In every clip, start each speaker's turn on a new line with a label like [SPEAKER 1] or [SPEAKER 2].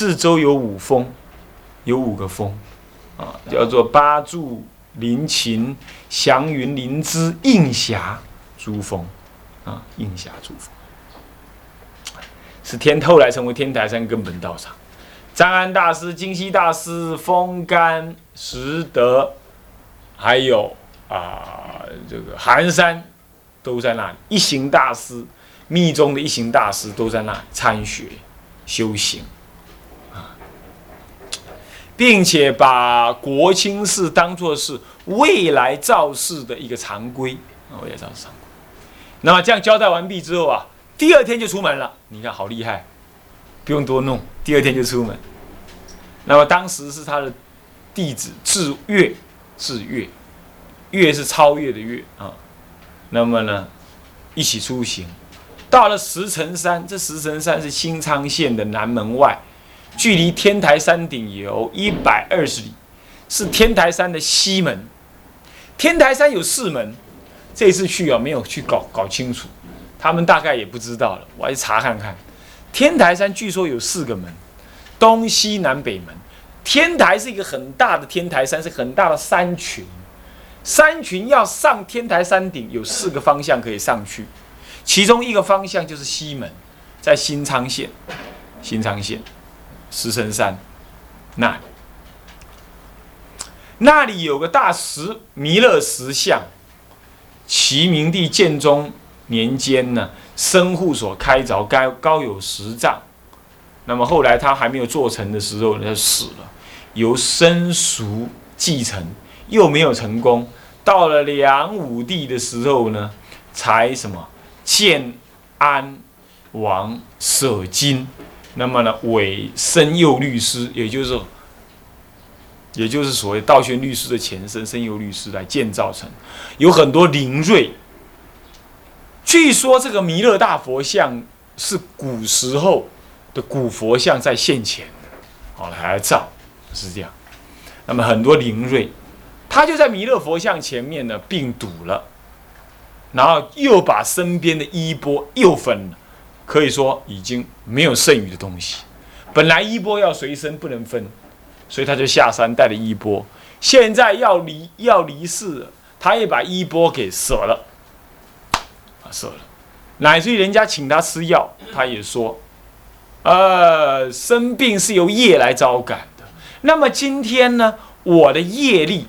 [SPEAKER 1] 四周有5峰，有5个峰啊，叫做八柱临秦、祥云、灵芝、应霞诸峰啊，应霞诸峰是后来成为天台山根本道场。张安大师、金溪大师、风干、实德，还有这个寒山，都在那里。一行大师，密宗的一行大师都在那里参学修行啊，并且把国清寺当作是未来造寺的一个常规啊，未来造寺常规。那么这样交代完毕之后啊，第2天就出门了。你看好厉害，不用多弄，第2天就出门。那么当时是他的弟子智越，越是超越的越啊。那么呢，一起出行，到了石城山。这石城山是新昌县的南门外，距离天台山顶有120里，是天台山的西门。天台山有4门，这次去没有去搞清楚，他们大概也不知道了，我还查看看。天台山据说有4个门，东西南北门。天台是一个很大的天台山，是很大的山群。山群要上天台山顶，有4个方向可以上去，其中一个方向就是西门，在新昌县石城山那里有个大石弥勒石像，齐明帝建中年间呢，僧户所开凿，高有10丈。那么后来他还没有做成的时候呢，就死了，由僧俗继承，又没有成功。到了梁武帝的时候呢，才建安王舍金，那么呢为申佑律师，也就是所谓道宣律师的前身，申佑律师来建造成，有很多灵瑞。据说这个弥勒大佛像是古时候的古佛像在现前的，来造是这样。那么很多灵瑞，他就在弥勒佛像前面呢并堵了，然后又把身边的衣钵又分了，可以说已经没有剩余的东西。本来衣钵要随身不能分，所以他就下山带了衣钵。现在要离世了，他也把衣钵给舍了，乃至于人家请他吃药，他也说，生病是由业来招感的。那么今天呢，我的业力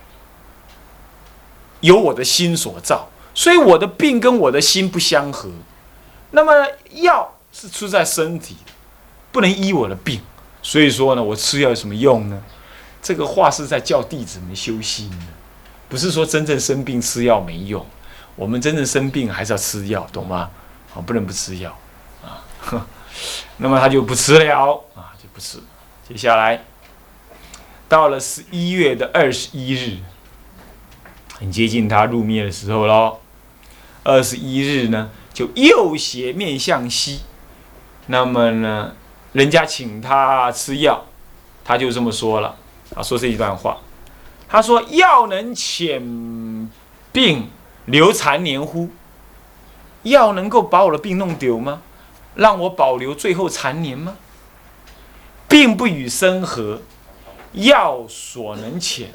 [SPEAKER 1] 由我的心所造，所以我的病跟我的心不相合。那么药是出在身体的，不能医我的病，所以说呢，我吃药有什么用呢？这个话是在叫弟子们修心的，不是说真正生病吃药没用。我们真正生病还是要吃药，懂吗？不能不吃药啊。那么他就不吃了啊，就不吃。接下来到了11月21日，很接近他入灭的时候咯。21日呢，就右斜面向西。那么呢，人家请他吃药，他就这么说了啊，说这一段话。他说：“药能遣病留残年乎？药能够把我的病弄丢吗？让我保留最后残年吗？病不与身合，药所能遣。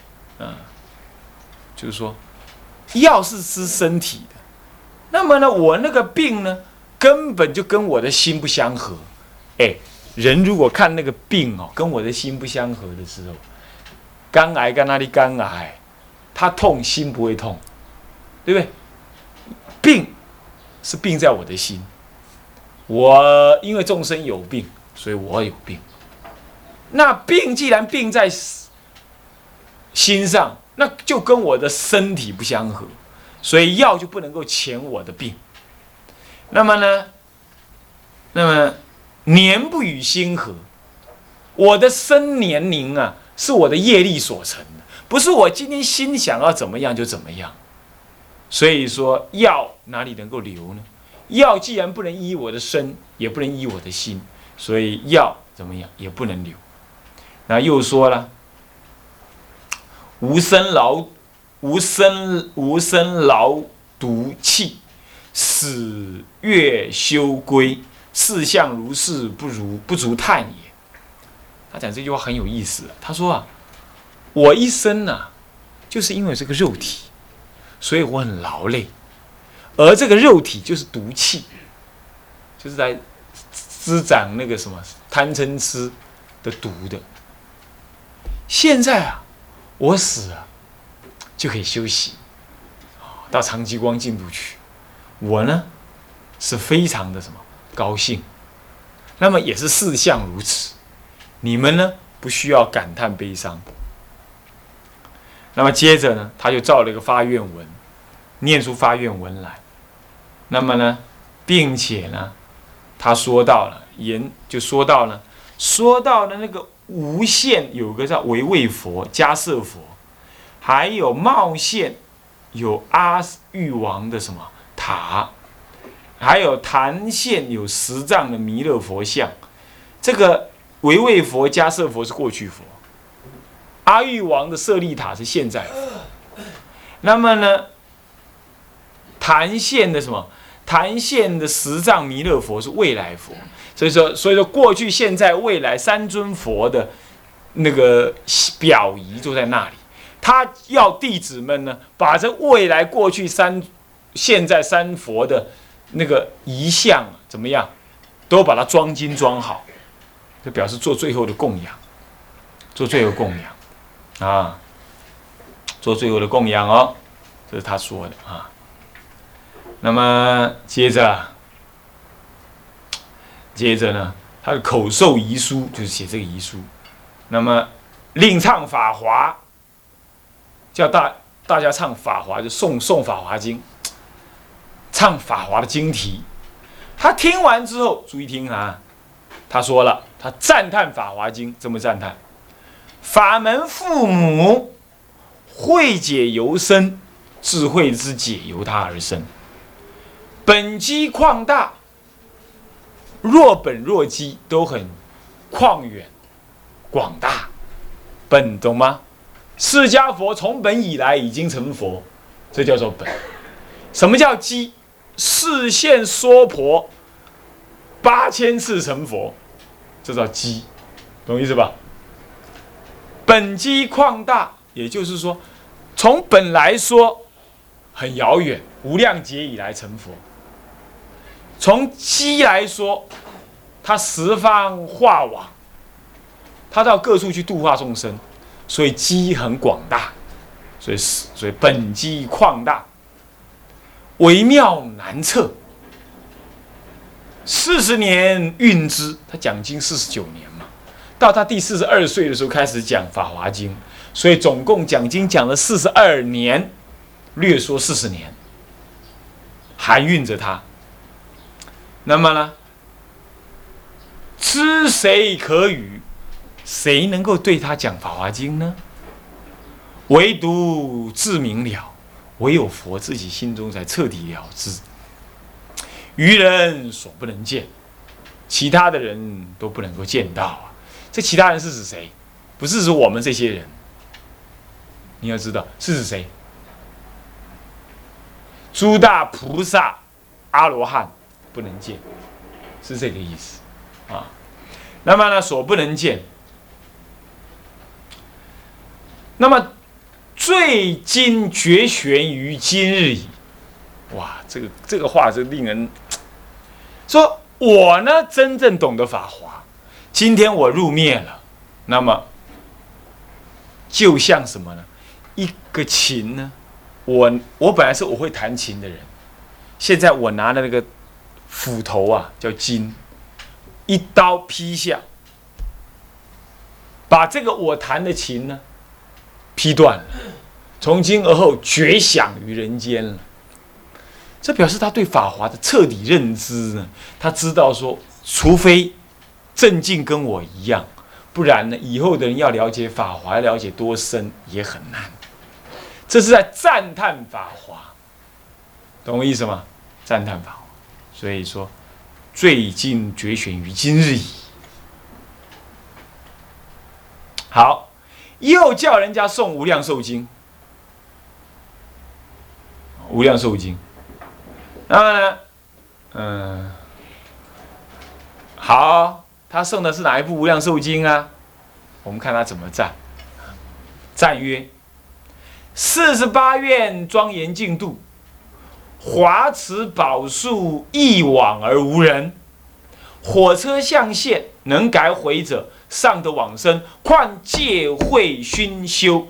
[SPEAKER 1] 就是说，药是吃身体的。那么呢，我那个病呢，根本就跟我的心不相合。人如果看那个病跟我的心不相合的时候，肝癌跟那里肝癌，他痛心不会痛。”对不对？病是病在我的心，我因为众生有病，所以我有病。那病既然病在心上，那就跟我的身体不相合，所以药就不能够遣我的病。那么年不与心合，我的生年龄啊，是我的业力所成的，不是我今天心想要怎么样就怎么样。所以说，药哪里能够留呢？药既然不能医我的身，也不能医我的心，所以药怎么样也不能留。那又说了，无生劳毒气，死月休归，事相如是，不足叹也。 讲这句话很有意思。他说啊，我一生呢、就是因为这个肉体，所以我很劳累，而这个肉体就是毒气，就是在滋长那个什么贪嗔痴的毒的。现在啊，我死了就可以休息，到长极光净土去。我呢是非常的什么高兴，那么也是事相如此。你们呢不需要感叹悲伤。那么接着呢，他就造了一个发愿文，念出发愿文来。那么呢，并且呢，他说到了说到了那个无限有个叫维畏佛、迦摄佛，还有茂县有阿育王的什么塔，还有坛县有10丈的弥勒佛像。这个维畏佛、迦摄佛是过去佛，阿育王的舍利塔是现在佛。那么呢，坛县的什么？坛县的10丈弥勒佛是未来佛。所以说过去、现在、未来3尊佛的那个表仪就在那里。他要弟子们呢，把这未来、过去现在3佛的那个遗像怎么样，都把它装金装好，就表示做最后的供养，做最后供养啊，做最后的供养哦，这是他说的啊。那么接着呢，他的口授遗书就是写这个遗书。那么另唱法华，叫大家唱法华，就诵法华经，唱法华的经题。他听完之后，注意听啊，他说了，他赞叹法华经，这么赞叹：法门父母，慧解由生，智慧之解由他而生。本机旷大，若本若机都很旷远广大。本懂吗？释迦佛从本以来已经成佛，这叫做本。什么叫机？示现娑婆8000次成佛，这叫机，懂意思吧？本机旷大，也就是说，从本来说很遥远，无量劫以来成佛；从机来说，他十方化网，他到各处去度化众生，所以机很广大，所以本机旷大，微妙难测。40年运之，他讲经49年嘛，到他第42岁的时候开始讲《法华经》，所以总共讲经讲了42年，略说40年，含蕴着他。那么呢，知谁可语？谁能够对他讲《法华经》呢？唯独自明了，唯有佛自己心中才彻底了知。愚人所不能见，其他的人都不能够见到啊。这其他人是指谁？不是指我们这些人。你要知道是指谁？诸大菩萨、阿罗汉不能见，是这个意思啊。那么呢，所不能见。那么最今绝玄于今日矣。哇，这个话是令人说，我呢真正懂得法华，今天我入灭了，那么就像什么呢？一个琴呢，我本来是我会弹琴的人，现在我拿的那个斧头啊叫金，一刀劈下，把这个我弹的琴呢劈断了，从今而后绝响于人间了。这表示他对法华的彻底认知呢，他知道说，除非正境跟我一样，不然呢，以后的人要了解法华，要了解多深也很难。这是在赞叹法华，懂我意思吗？赞叹法华，所以说，最近绝选于今日矣。好，又叫人家诵《无量寿经》，《无量寿经》。那么呢，好，他诵的是哪一部《无量寿经》啊？ 我们看他怎么赞。赞曰：48愿庄严净土，华池宝树一往而无人。火车象现，能改悔者，尚得往生。况戒慧熏修，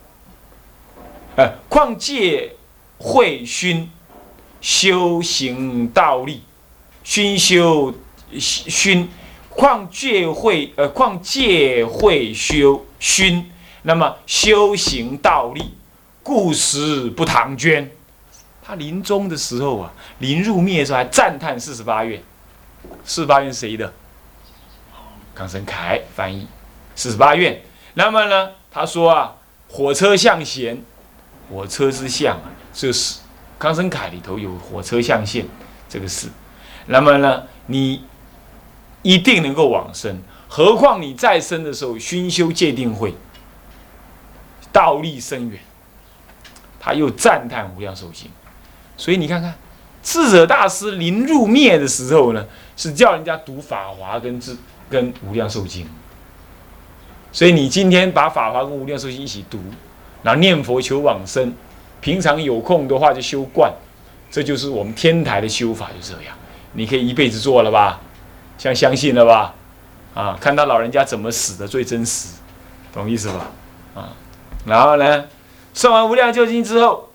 [SPEAKER 1] 况戒慧熏修行道力，熏修熏，况戒慧修熏，那么修行道力，故时不唐捐。他临终的时候啊，临入灭的时候还赞叹48愿。48愿是谁的？康生凯翻译48愿。那么呢，他说啊，火车象贤，火车之象啊，就是康生凯里头有火车象现这个事。那么呢，你一定能够往生，何况你在生的时候熏修戒定慧，道力深远。他又赞叹无量寿经，所以你看看，智者大师临入灭的时候呢，是叫人家读法华跟无量寿经。所以你今天把法华跟无量寿经一起读，然后念佛求往生，平常有空的话就修观，这就是我们天台的修法，就这样。你可以一辈子做了吧，相信了吧，啊，看到老人家怎么死的最真实，懂意思吧？啊，然后呢，诵完无量寿经之后，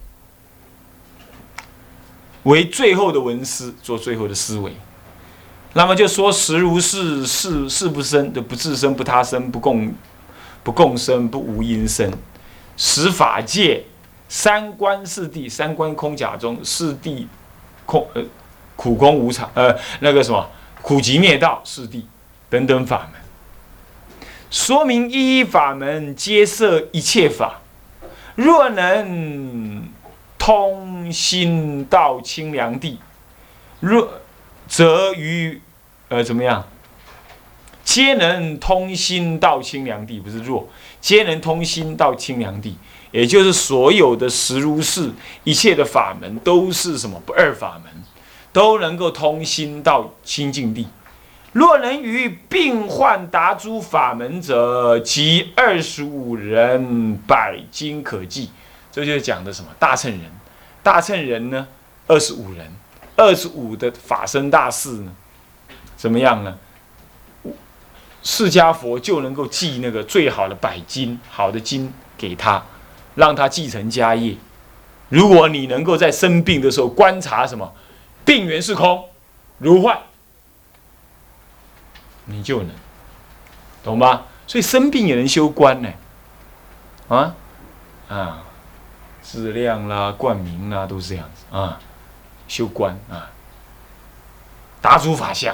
[SPEAKER 1] 为最后的文思，做最后的思维。那么就说实如是，是不生的，不自生，不他生，不共生，不无因生。十法界，三观四谛，三观空假中，四谛空苦空无常，那个什么苦集灭道四谛等等法门，说明一一法门皆摄一切法。若能通心到清凉地，则于怎么样？皆能通心到清凉地，不是若，皆能通心到清凉地，也就是所有的实如是，一切的法门都是什么？不二法门，都能够通心到清净地。若能于病患达诸法门者，即25人100斤可计。这就是讲的什么？大乘人，大乘人呢，25人，25的法身大士呢，怎么样呢？释迦佛就能够记那个最好的100斤，好的经给他，让他继承家业。如果你能够在生病的时候观察什么，病源是空，如幻，你就能，懂吗？所以生病也能修观呢，质量啦、冠名啦，都是这样子啊，修观啊，达诸法相。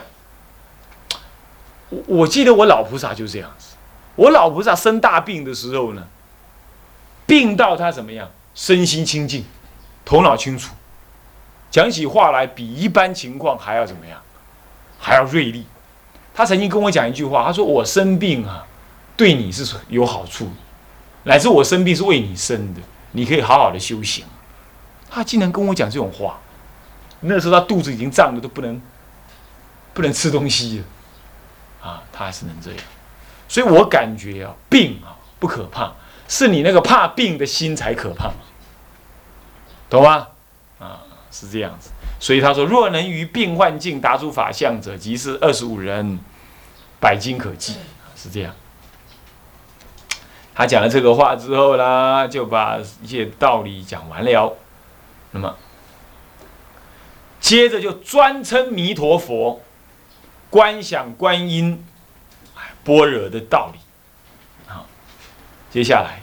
[SPEAKER 1] 我记得我老菩萨就是这样子，我老菩萨生大病的时候呢，病到他怎么样？身心清净，头脑清楚，讲起话来比一般情况还要怎么样？还要锐利。他曾经跟我讲一句话，他说：“我生病啊，对你是有好处的，乃至我生病是为你生的，你可以好好的修行。”他竟然跟我讲这种话，那时候他肚子已经胀得都不能吃东西了。他还是能这样，所以我感觉啊，病啊不可怕，是你那个怕病的心才可怕，懂吗？是这样子。所以他说，若能于病患境达诸法相者，即是25人100斤可计，是这样。他讲了这个话之后呢，就把一切道理讲完了。那么，接着就专称弥陀佛。观想观音般若的道理，接下来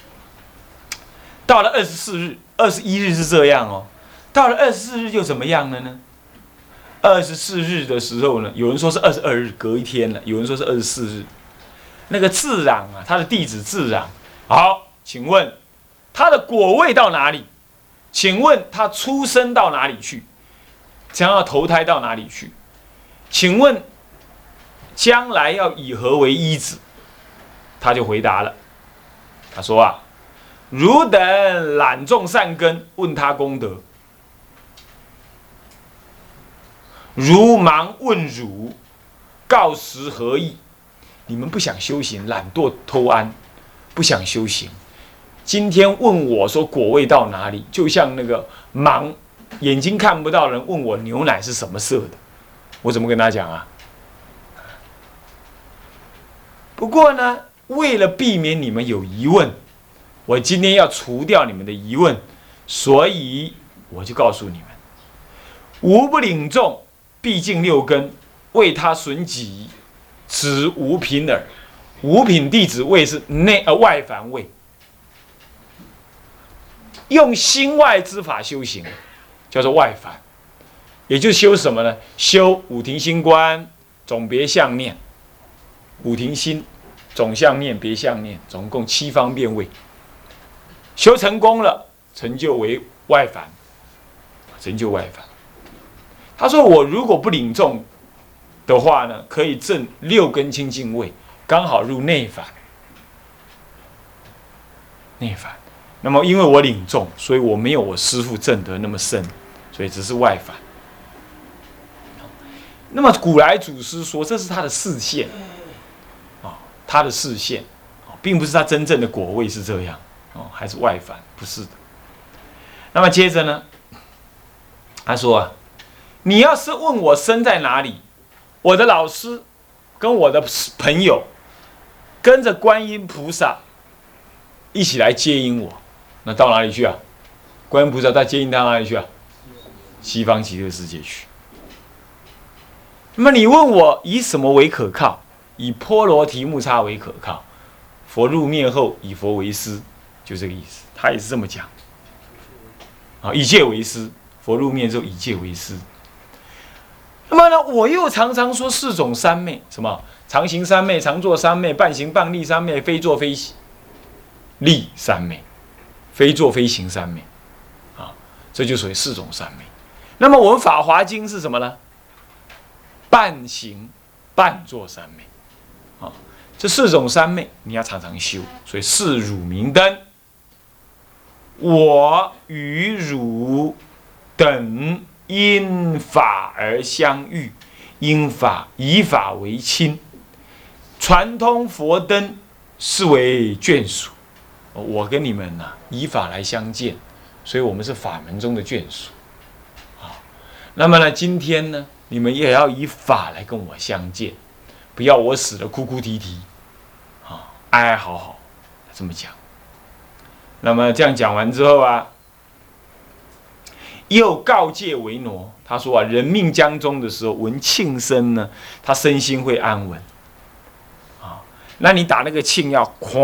[SPEAKER 1] 到了24日、21日是这样哦，到了24日就怎么样了呢？24日的时候呢，有人说是22日，隔一天了；有人说是24日。那个智壤啊，他的弟子智壤，好，请问他的果位到哪里？请问他出生到哪里去？将要投胎到哪里去？请问，将来要以何为依止？他就回答了，他说啊，汝等懒种善根，问他功德；如盲问汝，告实何意？ 你们不想修行，懒惰偷安，不想修行。今天问我说果位到哪里，就像那个盲眼睛看不到的人问我牛奶是什么色的，我怎么跟他讲啊？不过呢，为了避免你们有疑问，我今天要除掉你们的疑问，所以我就告诉你们：无不领众，毕竟六根，为他损己，此无品耳。五品弟子位是外凡位，用心外之法修行，叫做外凡，也就修什么呢？修五停心观，总别相念。五停心、总相念、别相念，总共7方便位。修成功了，成就为外凡，成就外凡。他说：“我如果不领众的话呢，可以证6根清净位，刚好入内凡。内凡。那么因为我领众，所以我没有我师父证得那么深，所以只是外凡。那么古来祖师说，这是他的视线。”他的视线，并不是他真正的果位是这样，还是外凡，不是的。那么接着呢，他说啊，你要是问我身在哪里，我的老师跟我的朋友跟着观音菩萨一起来接引我，那到哪里去啊？观音菩萨他接引到哪里去啊？西方极乐世界去。那么你问我以什么为可靠？以波罗提木叉为可靠，佛入灭后以佛为师，就这个意思。他也是这么讲。以戒为师，佛入灭之后以戒为师。那么呢，我又常常说4种三昧，什么常行三昧、常坐三昧、半行半立三昧、非坐非立三昧、非坐非行三昧，这就属于4种三昧。那么我们《法华经》是什么呢？半行半坐三昧。这4种三昧你要常常修，所以视汝明灯。我与汝等因法而相遇，因法以法为亲，传通佛灯，是为眷属。我跟你们以法来相见，所以我们是法门中的眷属。那么呢，今天呢，你们也要以法来跟我相见，不要我死了哭哭啼啼。哀哀嚎嚎，这么讲。那么这样讲完之后啊，又告诫维挪，他说啊，人命将终的时候，闻磬声呢，他身心会安稳。那你打那个磬要哐，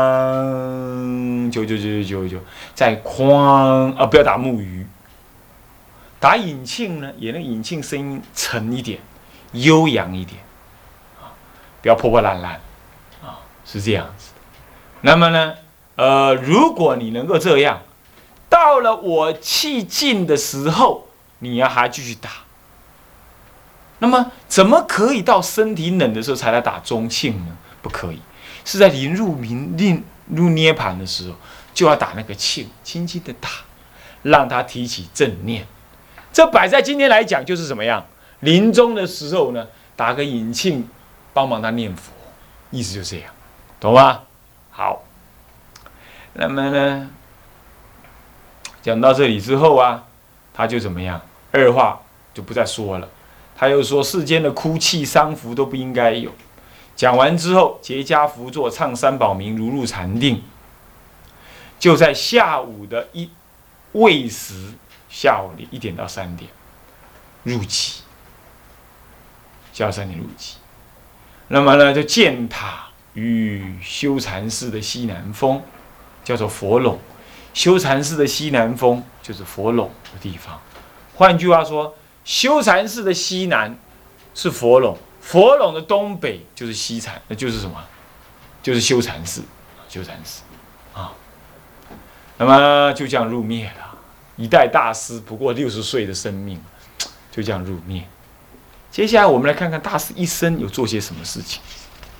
[SPEAKER 1] 再哐不要打木鱼。打引磬呢，也那个引磬声音沉一点，悠扬一点，不要破破烂烂。是这样子。那么呢，如果你能够这样，到了我气尽的时候，你还继续打。那么怎么可以到身体冷的时候才来打中磬呢？不可以，是在临入涅盘的时候，就要打那个磬，轻轻的打，让他提起正念。这摆在今天来讲，就是怎么样？临终的时候呢，打个引磬，帮忙他念佛，意思就这样。懂吗？好，那么呢，讲到这里之后啊，他就怎么样？二话就不再说了。他又说，世间的哭泣、丧服都不应该有。讲完之后，结跏趺坐，唱三宝名，如入禅定。就在下午的未时，下午的1点到3点入寂，下午3点入寂。那么呢，就建塔与修禅寺的西南风，叫做佛垄。修禅寺的西南风就是佛垄的地方。换句话说，修禅寺的西南是佛垄，佛垄的东北就是西禅，那就是什么？就是修禅寺，修禅寺啊。那么就这样入灭了。一代大师不过60岁的生命，就这样入灭。接下来我们来看看大师一生有做些什么事情。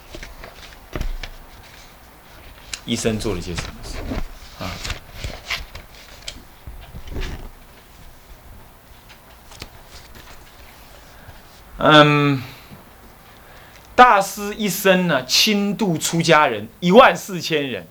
[SPEAKER 1] 一生做了些什么事大师一生呢，亲度出家人14000人。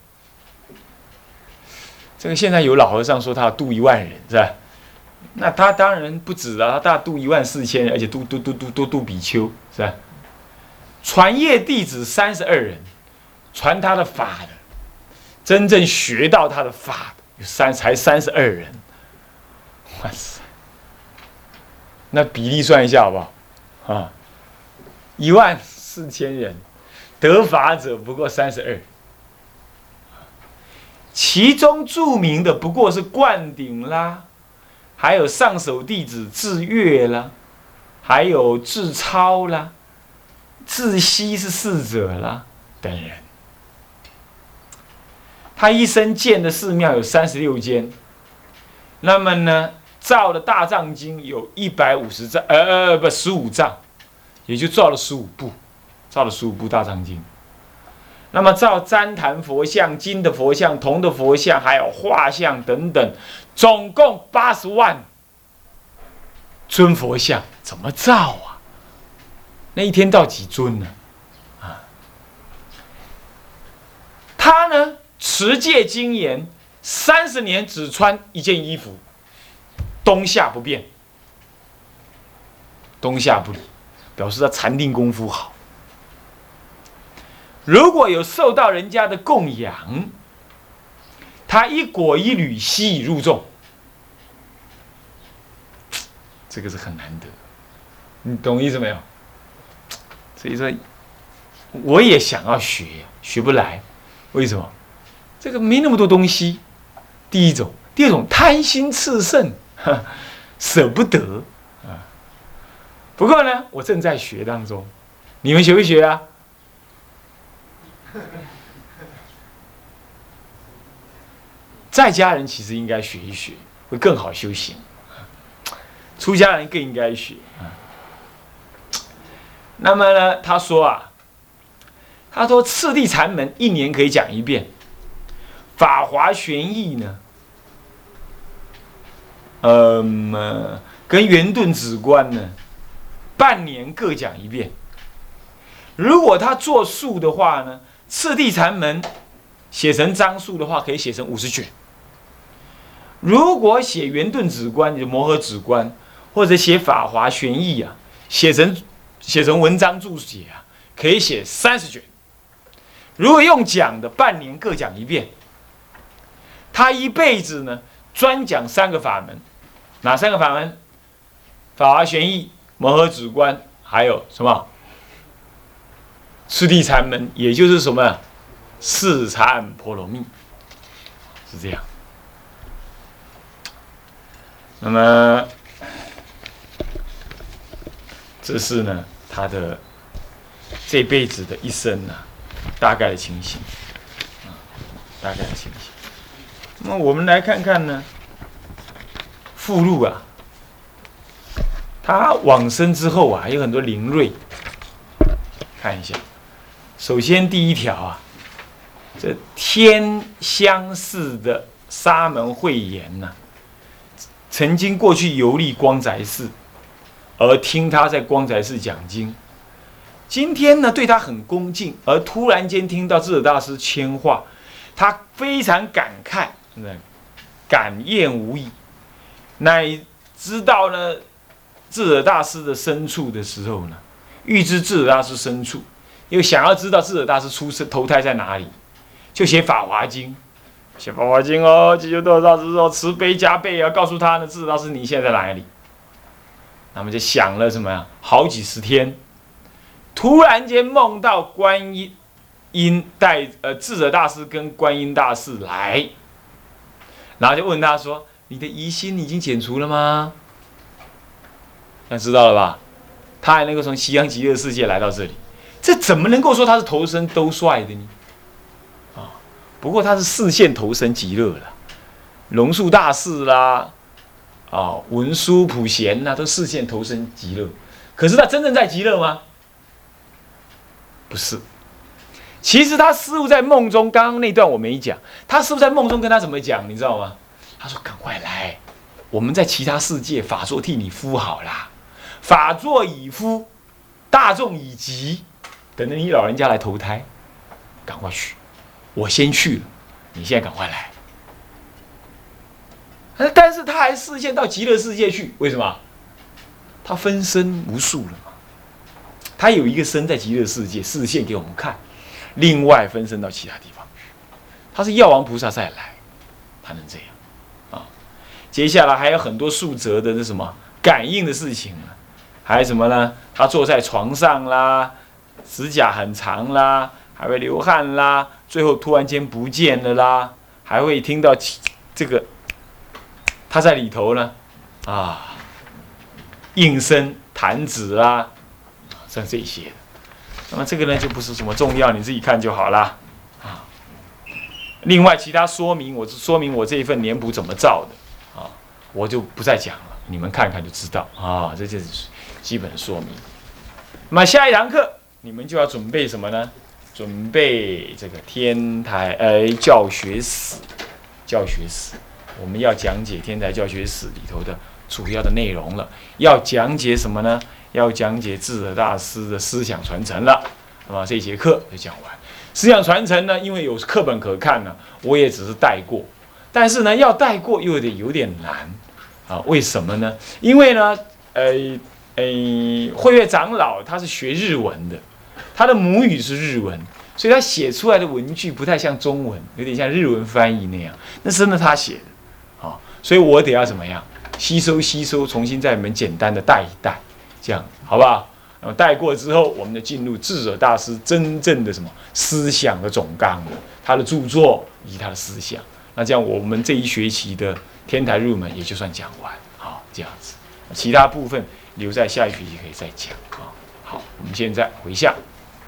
[SPEAKER 1] 这个现在有老和尚说他要度10000人，是吧？那他当然不止啊，他大度14000人，而且度比丘，是吧？传业弟子32人，传他的法的，真正学到他的法的才32人。哇塞！那比例算一下好不好？啊，14000人，得法者不过32。其中著名的不过是灌顶啦，还有上首弟子智月啦，还有智超啦，智西是侍者啦等人。他一生建的寺庙有36间，那么呢，造的大藏经有150藏，15藏，也就造了15部，造了15部大藏经。那么造旃檀佛像、金的佛像、铜的佛像，还有画像等等，总共80万尊佛像，怎么造啊？那一天造几尊呢？啊，他呢持戒精严，30年只穿一件衣服，冬夏不变，冬夏不离，表示他禅定功夫好。如果有受到人家的供养，他一果一缕悉以入众，这个是很难得，你懂意思没有？所以说，我也想要学，学不来，为什么？这个没那么多东西。第一种，第二种贪心炽盛，舍不得啊。不过呢，我正在学当中，你们学不学啊？在家人其实应该学一学，会更好修行。出家人更应该学。那么呢，他说啊，他说次第禅门1年可以讲1遍，法华玄义呢，跟圆顿止观呢，半年各讲1遍。如果他做数的话呢，次第禅门写成章数的话，可以写成50卷。如果写圆顿止观，就摩诃止观，或者写法华玄义啊，写成文章注解啊，可以写30卷。如果用讲的，半年各讲1遍。他一辈子呢，专讲3个法门，哪3个法门？法华玄义、摩诃止观，还有什么？次第禅门，也就是什么？四禅波罗蜜，是这样。那么，这是呢他的这辈子的一生呢，大概的情形，大概的情形。那么我们来看看呢，附录啊，他往生之后啊，有很多灵瑞，看一下。首先第1条啊，这天香寺的沙门慧言呐，曾经过去游历光宅寺，而听他在光宅寺讲经。今天呢，对他很恭敬，而突然间听到智者大师签话，他非常感慨，感厌无已，乃知道呢智者大师的深处的时候呢，欲知智者大师深处，又想要知道智者大师投胎在哪里，就写《法华经》。写《法华经》哦，祈求智者大师说慈悲加倍啊，告诉他呢，智者大师你现在在哪里？那么就想了什么呀？好几十天，突然间梦到观音智者大师跟观音大士来，然后就问他说：“你的疑心已经解除了吗？”那知道了吧？他还能够从西方极乐世界来到这里，这怎么能够说他是投身兜率的呢？不过他是视线投身极乐了，龙树大士啦，文殊普贤啦，都视线投身极乐。可是他真正在极乐吗？不是。其实他师父在梦中，刚刚那段我没讲，他师父在梦中跟他怎么讲，你知道吗？他说：“赶快来，我们在其他世界法座替你敷好啦，法座已敷，大众已集， 等着你老人家来投胎，赶快去，我先去了，你现在赶快来。但是他还视线到极乐世界去，为什么？他分身无数了嘛，他有一个身在极乐世界视线给我们看，另外分身到其他地方去。他是药王菩萨再来，他能这样啊？接下来还有很多数则的那什么感应的事情啊，还有什么呢？他坐在床上啦，指甲很长啦，还会流汗啦，最后突然间不见了啦，还会听到这个他在里头呢啊，应声弹指啦，像这些的。那么这个呢就不是什么重要，你自己看就好啦啊。另外其他说明，我是说明我这一份年谱怎么造的啊，我就不再讲了，你们看看就知道啊，这就是基本的说明。那么下一堂课你们就要准备什么呢？准备这个天台教学史，我们要讲解天台教学史里头的主要的内容了。要讲解什么呢？要讲解智者大师的思想传承了。那么这节课就讲完。思想传承呢，因为有课本可看呢，我也只是带过。但是呢，要带过又有点难啊。为什么呢？因为呢，慧月长老他是学日文的，他的母语是日文，所以他写出来的文句不太像中文，有点像日文翻译那样。那是真的他写的啊，所以我得要怎么样吸收，重新在你们简单的带一带，这样好不好？然后带过之后，我们就进入智者大师真正的什么思想的总纲，他的著作以及他的思想。那这样我们这一学期的天台入门也就算讲完，好，这样子。其他部分留在下一学期可以再讲啊。好，我们现在回向。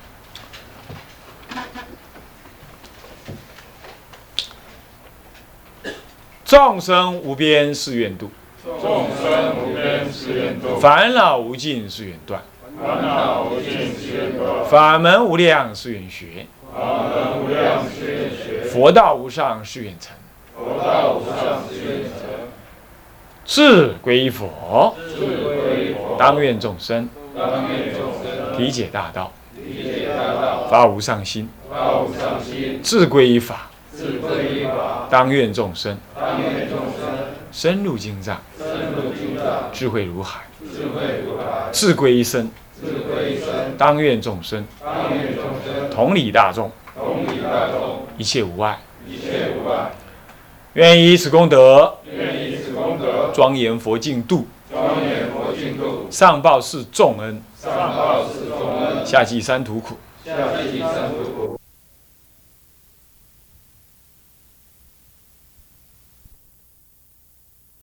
[SPEAKER 1] 众生无边誓愿度，
[SPEAKER 2] 众生无边誓愿度，
[SPEAKER 1] 烦恼无尽誓愿断，
[SPEAKER 2] 烦恼无尽誓愿断，
[SPEAKER 1] 法门无量誓愿学，
[SPEAKER 2] 法门无量誓愿学，
[SPEAKER 1] 佛道无上誓愿成，
[SPEAKER 2] 佛道无上誓愿成，
[SPEAKER 1] 志归佛，
[SPEAKER 2] 志归佛，
[SPEAKER 1] 当愿众生
[SPEAKER 2] 当愿众生
[SPEAKER 1] 体解大道，
[SPEAKER 2] 理解大道，
[SPEAKER 1] 发无上心，
[SPEAKER 2] 发无上心，
[SPEAKER 1] 志归法，
[SPEAKER 2] 志归法，
[SPEAKER 1] 当愿众生
[SPEAKER 2] 当愿众生
[SPEAKER 1] 深入经藏，
[SPEAKER 2] 深入经藏，
[SPEAKER 1] 智慧如海，
[SPEAKER 2] 智慧如海，
[SPEAKER 1] 志归身，
[SPEAKER 2] 智归身，
[SPEAKER 1] 当愿众生
[SPEAKER 2] 当愿众生
[SPEAKER 1] 同理大众，
[SPEAKER 2] 同理大众，
[SPEAKER 1] 一切无碍。
[SPEAKER 2] 一切无碍。
[SPEAKER 1] 愿以此功德，
[SPEAKER 2] 愿以此功德，
[SPEAKER 1] 庄严佛净土，
[SPEAKER 2] 庄严佛净土，
[SPEAKER 1] 上报是众恩，
[SPEAKER 2] 上报四重恩，
[SPEAKER 1] 下济三途苦。
[SPEAKER 2] 下济三途苦。